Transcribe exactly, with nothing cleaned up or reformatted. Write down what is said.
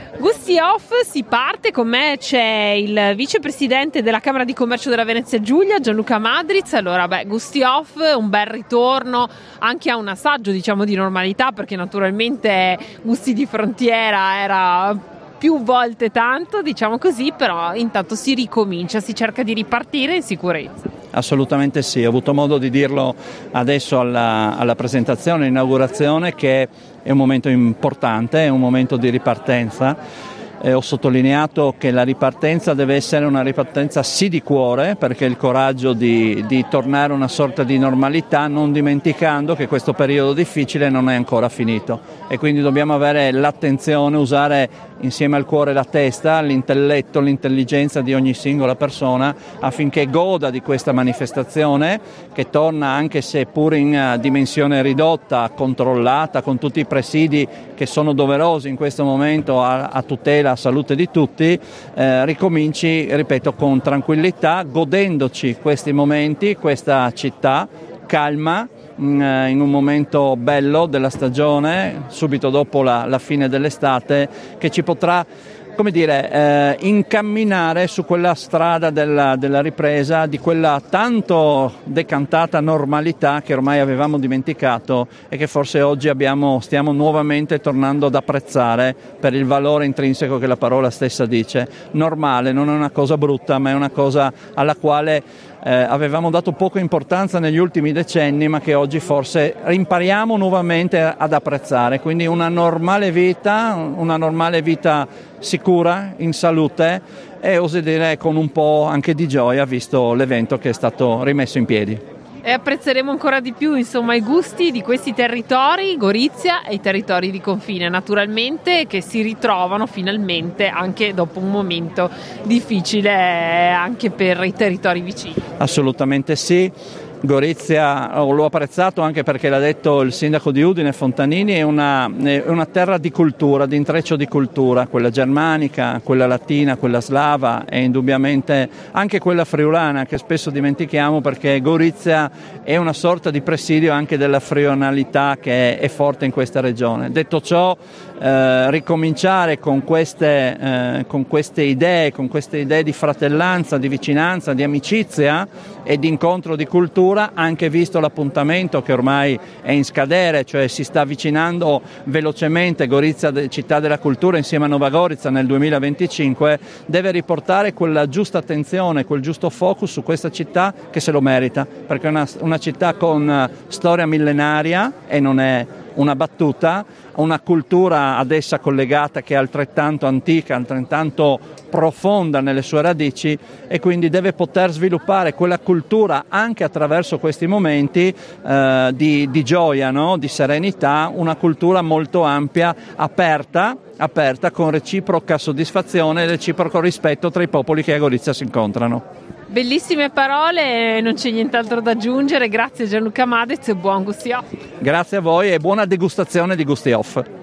Gusti Off, si parte, con me c'è il vicepresidente della Camera di Commercio della Venezia Giulia, Gianluca Madriz. Allora, beh, Gusti Off, un bel ritorno anche a un assaggio, diciamo, di normalità, perché naturalmente Gusti di Frontiera era più volte tanto, diciamo così, però intanto si ricomincia, si cerca di ripartire in sicurezza. Assolutamente sì, ho avuto modo di dirlo adesso alla, alla presentazione, inaugurazione, che è un momento importante, è un momento di ripartenza. Eh, ho sottolineato che la ripartenza deve essere una ripartenza sì di cuore, perché il coraggio di, di tornare a una sorta di normalità, non dimenticando che questo periodo difficile non è ancora finito e quindi dobbiamo avere l'attenzione, usare insieme al cuore la testa, l'intelletto, l'intelligenza di ogni singola persona affinché goda di questa manifestazione che torna, anche se pur in dimensione ridotta, controllata, con tutti i presidi che sono doverosi in questo momento a, a tutela, a salute di tutti, eh, ricominci, ripeto, con tranquillità, godendoci questi momenti, questa città calma, in un momento bello della stagione, subito dopo la, la fine dell'estate, che ci potrà, come dire, eh, incamminare su quella strada della, della ripresa, di quella tanto decantata normalità che ormai avevamo dimenticato e che forse oggi abbiamo, stiamo nuovamente tornando ad apprezzare per il valore intrinseco che la parola stessa dice. Normale non è una cosa brutta, ma è una cosa alla quale Eh, avevamo dato poca importanza negli ultimi decenni, ma che oggi forse impariamo nuovamente ad apprezzare. Quindi una normale vita, una normale vita sicura, in salute e oso dire con un po' anche di gioia, visto l'evento che è stato rimesso in piedi. E apprezzeremo ancora di più, insomma, i gusti di questi territori, Gorizia e i territori di confine, naturalmente, che si ritrovano finalmente anche dopo un momento difficile anche per i territori vicini. Assolutamente sì. Gorizia, oh, l'ho apprezzato anche perché l'ha detto il sindaco di Udine, Fontanini, è una, è una terra di cultura, di intreccio di cultura, quella germanica, quella latina, quella slava e indubbiamente anche quella friulana, che spesso dimentichiamo, perché Gorizia è una sorta di presidio anche della friulanalità che è, è forte in questa regione. Detto ciò, eh, ricominciare con queste, eh, con queste idee, con queste idee di fratellanza, di vicinanza, di amicizia e di incontro di cultura, anche visto l'appuntamento che ormai è in scadere, cioè si sta avvicinando velocemente Gorizia, città della cultura, insieme a Nova Gorica nel duemilaventicinque, deve riportare quella giusta attenzione, quel giusto focus su questa città che se lo merita, perché è una, una città con storia millenaria e non è una battuta, una cultura ad essa collegata che è altrettanto antica, altrettanto profonda nelle sue radici e quindi deve poter sviluppare quella cultura anche attraverso questi momenti eh, di, di gioia, no? Di serenità, una cultura molto ampia, aperta, aperta con reciproca soddisfazione e reciproco rispetto tra i popoli che a Gorizia si incontrano. Bellissime parole, non c'è nient'altro da aggiungere. Grazie Gianluca Madriz e buon Gusti Off. Grazie a voi e buona degustazione di Gusti Off.